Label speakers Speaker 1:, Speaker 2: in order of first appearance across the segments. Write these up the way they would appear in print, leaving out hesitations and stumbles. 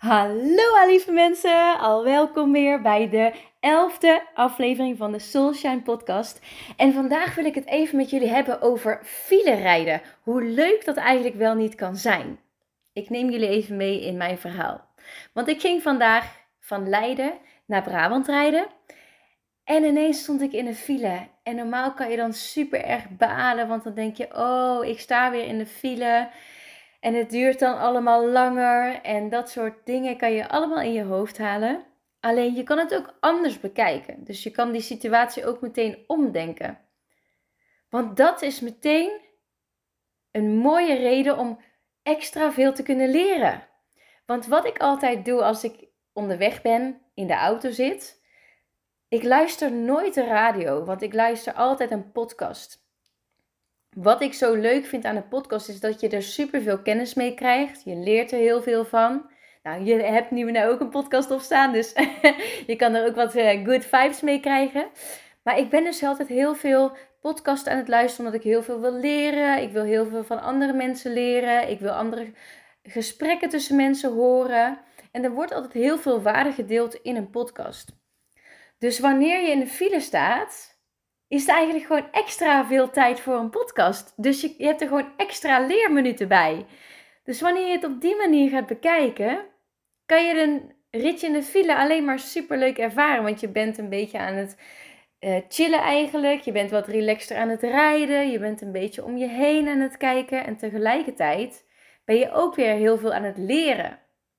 Speaker 1: Hallo lieve mensen, al welkom weer bij de 11e aflevering van de Soulshine podcast. En vandaag wil ik het even met jullie hebben over filerijden. Hoe leuk dat eigenlijk wel niet kan zijn. Ik neem jullie even mee in mijn verhaal. Want ik ging vandaag van Leiden naar Brabant rijden. En ineens stond ik in een file. En normaal kan je dan super erg balen, want dan denk je, oh, ik sta weer in de file. En het duurt dan allemaal langer en dat soort dingen kan je allemaal in je hoofd halen. Alleen je kan het ook anders bekijken. Dus je kan die situatie ook meteen omdenken. Want dat is meteen een mooie reden om extra veel te kunnen leren. Want wat ik altijd doe als ik onderweg ben, in de auto zit, ik luister nooit de radio, want ik luister altijd een podcast. Wat ik zo leuk vind aan de podcast is dat je er superveel kennis mee krijgt. Je leert er heel veel van. Nou, je hebt nu ook een podcast op staan, dus je kan er ook wat good vibes mee krijgen. Maar ik ben dus altijd heel veel podcasts aan het luisteren, omdat ik heel veel wil leren. Ik wil heel veel van andere mensen leren. Ik wil andere gesprekken tussen mensen horen. En er wordt altijd heel veel waarde gedeeld in een podcast. Dus wanneer je in de file staat, is het eigenlijk gewoon extra veel tijd voor een podcast. Dus je hebt er gewoon extra leerminuten bij. Dus wanneer je het op die manier gaat bekijken, kan je een ritje in de file alleen maar superleuk ervaren. Want je bent een beetje aan het chillen eigenlijk. Je bent wat relaxter aan het rijden. Je bent een beetje om je heen aan het kijken. En tegelijkertijd ben je ook weer heel veel aan het leren.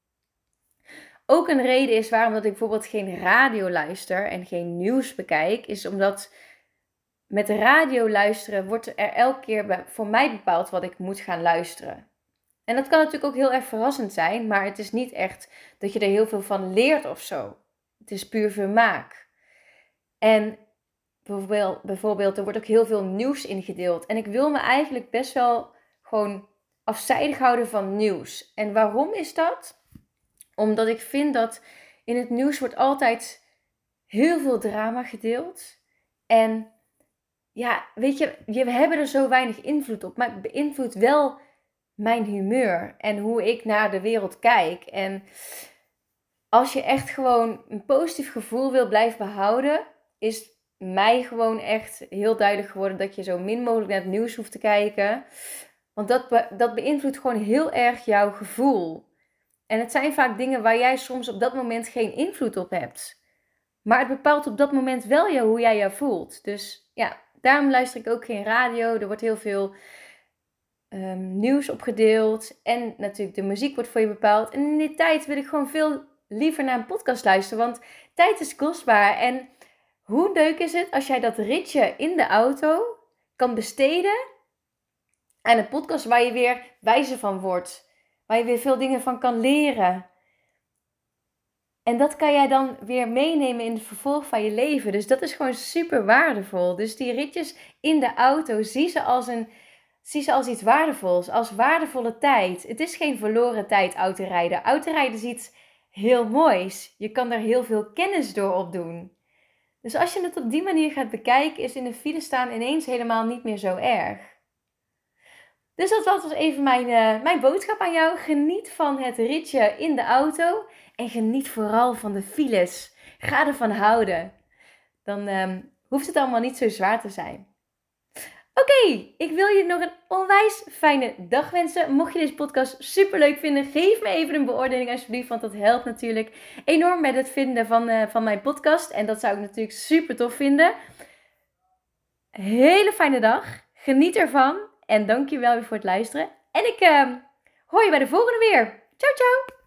Speaker 1: Ook een reden is waarom dat ik bijvoorbeeld geen radio luister en geen nieuws bekijk, is omdat met radio luisteren wordt er elke keer voor mij bepaald wat ik moet gaan luisteren. En dat kan natuurlijk ook heel erg verrassend zijn, maar het is niet echt dat je er heel veel van leert of zo. Het is puur vermaak. En bijvoorbeeld, er wordt ook heel veel nieuws ingedeeld. En ik wil me eigenlijk best wel gewoon afzijdig houden van nieuws. En waarom is dat? Omdat ik vind dat in het nieuws wordt altijd heel veel drama gedeeld. En ja, weet je, we hebben er zo weinig invloed op. Maar het beïnvloedt wel mijn humeur en hoe ik naar de wereld kijk. En als je echt gewoon een positief gevoel wil blijven behouden, is mij gewoon echt heel duidelijk geworden dat je zo min mogelijk naar het nieuws hoeft te kijken. Want dat beïnvloedt gewoon heel erg jouw gevoel. En het zijn vaak dingen waar jij soms op dat moment geen invloed op hebt. Maar het bepaalt op dat moment wel hoe jij je voelt. Dus ja, daarom luister ik ook geen radio. Er wordt heel veel nieuws opgedeeld. En natuurlijk de muziek wordt voor je bepaald. En in die tijd wil ik gewoon veel liever naar een podcast luisteren. Want tijd is kostbaar. En hoe leuk is het als jij dat ritje in de auto kan besteden aan een podcast waar je weer wijzer van wordt. Waar je weer veel dingen van kan leren. En dat kan jij dan weer meenemen in het vervolg van je leven. Dus dat is gewoon super waardevol. Dus die ritjes in de auto, zie ze als iets waardevols. Als waardevolle tijd. Het is geen verloren tijd autorijden. Autorijden is iets heel moois. Je kan er heel veel kennis door opdoen. Dus als je het op die manier gaat bekijken, is in de file staan ineens helemaal niet meer zo erg. Dus dat was even mijn boodschap aan jou. Geniet van het ritje in de auto. En geniet vooral van de files. Ga ervan houden. Dan hoeft het allemaal niet zo zwaar te zijn. Oké, ik wil je nog een onwijs fijne dag wensen. Mocht je deze podcast super leuk vinden, geef me even een beoordeling alsjeblieft. Want dat helpt natuurlijk enorm met het vinden van mijn podcast. En dat zou ik natuurlijk super tof vinden. Hele fijne dag. Geniet ervan. En dankjewel weer voor het luisteren. En ik hoor je bij de volgende weer. Ciao, ciao.